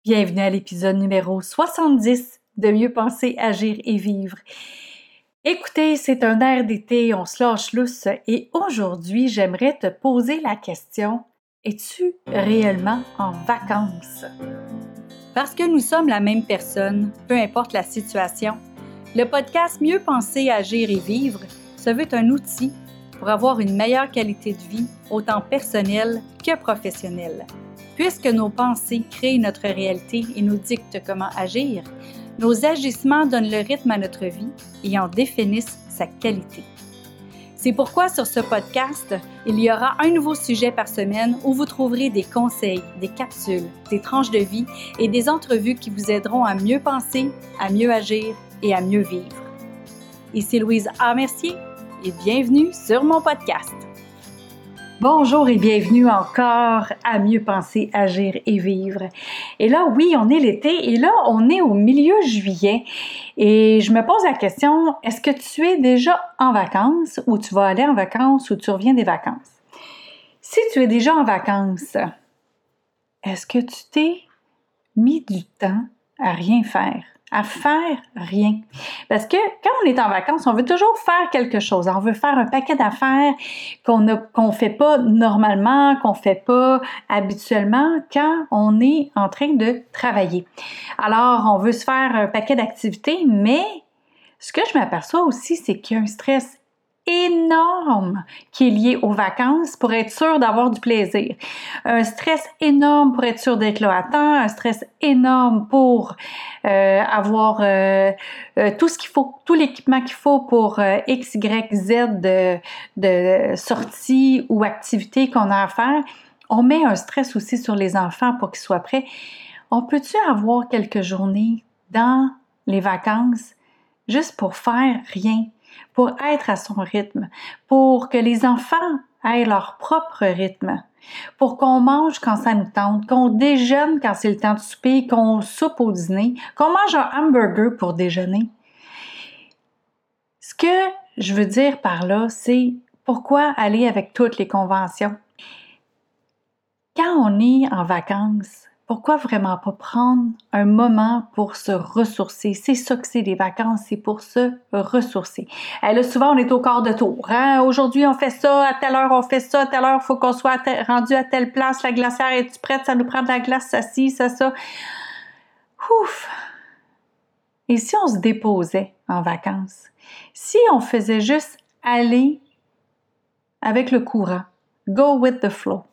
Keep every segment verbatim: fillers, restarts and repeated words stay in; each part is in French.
Bienvenue à l'épisode numéro soixante-dix de Mieux penser, agir et vivre. Écoutez, c'est un air d'été, on se lâche lousse et aujourd'hui, j'aimerais te poser la question: es-tu réellement en vacances? Parce que nous sommes la même personne, peu importe la situation, le podcast Mieux penser, agir et vivre se veut un outil pour avoir une meilleure qualité de vie, autant personnelle que professionnelle. Puisque nos pensées créent notre réalité et nous dictent comment agir, nos agissements donnent le rythme à notre vie et en définissent sa qualité. C'est pourquoi sur ce podcast, il y aura un nouveau sujet par semaine où vous trouverez des conseils, des capsules, des tranches de vie et des entrevues qui vous aideront à mieux penser, à mieux agir et à mieux vivre. Ici Louise A. Mercier et bienvenue sur mon podcast. Bonjour et bienvenue encore à Mieux penser, agir et vivre. Et là, oui, on est l'été et là, on est au milieu juillet et je me pose la question, est-ce que tu es déjà en vacances ou tu vas aller en vacances ou tu reviens des vacances? Si tu es déjà en vacances, est-ce que tu t'es mis du temps à rien faire? À faire rien. Parce que quand on est en vacances, on veut toujours faire quelque chose. On veut faire un paquet d'affaires qu'on ne qu'on fait pas normalement, qu'on fait pas habituellement quand on est en train de travailler. Alors, on veut se faire un paquet d'activités, mais ce que je m'aperçois aussi, c'est qu'il y a un stress énorme qui est lié aux vacances pour être sûr d'avoir du plaisir. Un stress énorme pour être sûr d'être là à temps, un stress énorme pour euh, avoir euh, euh, tout ce qu'il faut, tout l'équipement qu'il faut pour euh, X, Y, Z de, de sorties ou activités qu'on a à faire. On met un stress aussi sur les enfants pour qu'ils soient prêts. On peut-tu avoir quelques journées dans les vacances juste pour faire rien? Pour être à son rythme, pour que les enfants aient leur propre rythme, pour qu'on mange quand ça nous tente, qu'on déjeune quand c'est le temps de souper, qu'on soupe au dîner, qu'on mange un hamburger pour déjeuner. Ce que je veux dire par là, c'est pourquoi aller avec toutes les conventions? Quand on est en vacances, pourquoi vraiment pas prendre un moment pour se ressourcer? C'est ça que c'est les vacances, c'est pour se ressourcer. Et là, souvent, on est au quart de tour. Hein? Aujourd'hui, on fait ça, à telle heure, on fait ça, à telle heure, il faut qu'on soit te- rendu à telle place, la glacière est-tu prête? Ça nous prend de la glace, ça ci, ça, ça. Ouf! Et si on se déposait en vacances? Si on faisait juste aller avec le courant, go with the flow.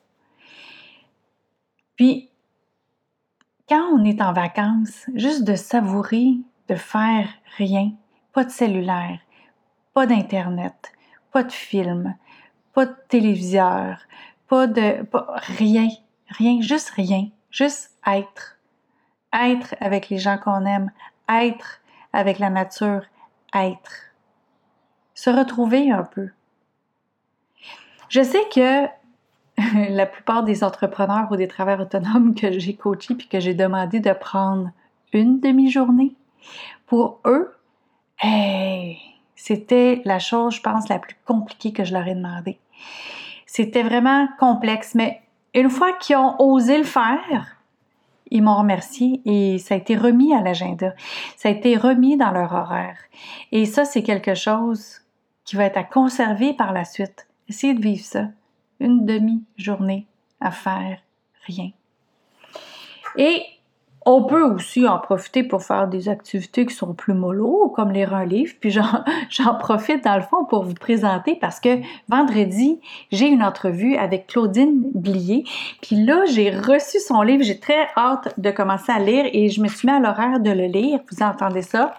Puis, quand on est en vacances, juste de savourer, de faire rien, pas de cellulaire, pas d'internet, pas de film, pas de téléviseur, pas de... Pas, rien, rien, juste rien, juste être. Être avec les gens qu'on aime, être avec la nature, être. Se retrouver un peu. Je sais que la plupart des entrepreneurs ou des travailleurs autonomes que j'ai coachés puis que j'ai demandé de prendre une demi-journée, pour eux, hey, c'était la chose, je pense, la plus compliquée que je leur ai demandé. C'était vraiment complexe, mais une fois qu'ils ont osé le faire, ils m'ont remercié et ça a été remis à l'agenda. Ça a été remis dans leur horaire. Et ça, c'est quelque chose qui va être à conserver par la suite. Essayez de vivre ça. Une demi-journée à faire rien. Et on peut aussi en profiter pour faire des activités qui sont plus mollo, comme lire un livre. Puis j'en, j'en profite dans le fond pour vous présenter parce que vendredi, j'ai une entrevue avec Claudine Blier. Puis là, j'ai reçu son livre. J'ai très hâte de commencer à lire et je me suis mis à l'horaire de le lire. Vous entendez ça?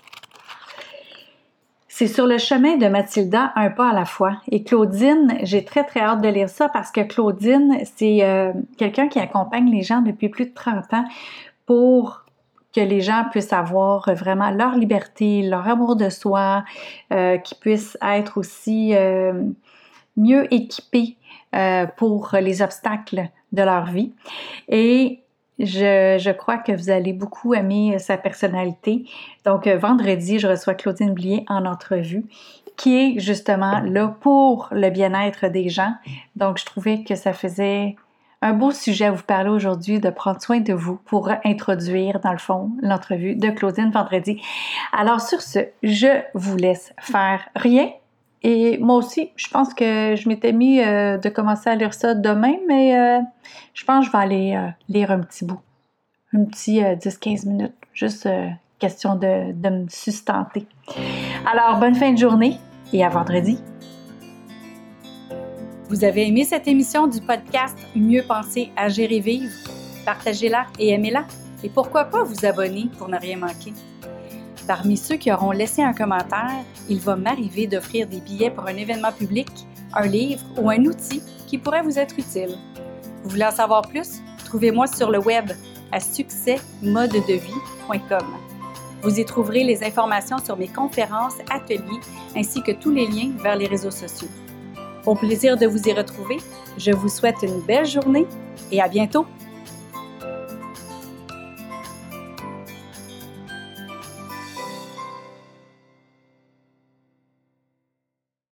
C'est sur le chemin de Mathilda, un pas à la fois. Et Claudine, j'ai très, très hâte de lire ça parce que Claudine, c'est euh, quelqu'un qui accompagne les gens depuis plus de trente ans pour que les gens puissent avoir vraiment leur liberté, leur amour de soi, euh, qu'ils puissent être aussi euh, mieux équipés euh, pour les obstacles de leur vie. Et Je, je crois que vous allez beaucoup aimer sa personnalité. Donc, vendredi, je reçois Claudine Blier en entrevue, qui est justement là pour le bien-être des gens. Donc, je trouvais que ça faisait un beau sujet à vous parler aujourd'hui, de prendre soin de vous pour introduire, dans le fond, l'entrevue de Claudine Vendredi. Alors, sur ce, je vous laisse faire rien. Et moi aussi, je pense que je m'étais mis euh, de commencer à lire ça demain, mais euh, je pense que je vais aller euh, lire un petit bout. Un petit euh, dix à quinze minutes. Juste euh, question de, de me sustenter. Alors, bonne fin de journée et à vendredi. Vous avez aimé cette émission du podcast Mieux penser, agir et vivre? Partagez-la et aimez-la. Et pourquoi pas vous abonner pour ne rien manquer? Parmi ceux qui auront laissé un commentaire, il va m'arriver d'offrir des billets pour un événement public, un livre ou un outil qui pourrait vous être utile. Vous voulez en savoir plus? Trouvez-moi sur le web à succès mode de vie point com. Vous y trouverez les informations sur mes conférences, ateliers, ainsi que tous les liens vers les réseaux sociaux. Au plaisir de vous y retrouver, je vous souhaite une belle journée et à bientôt!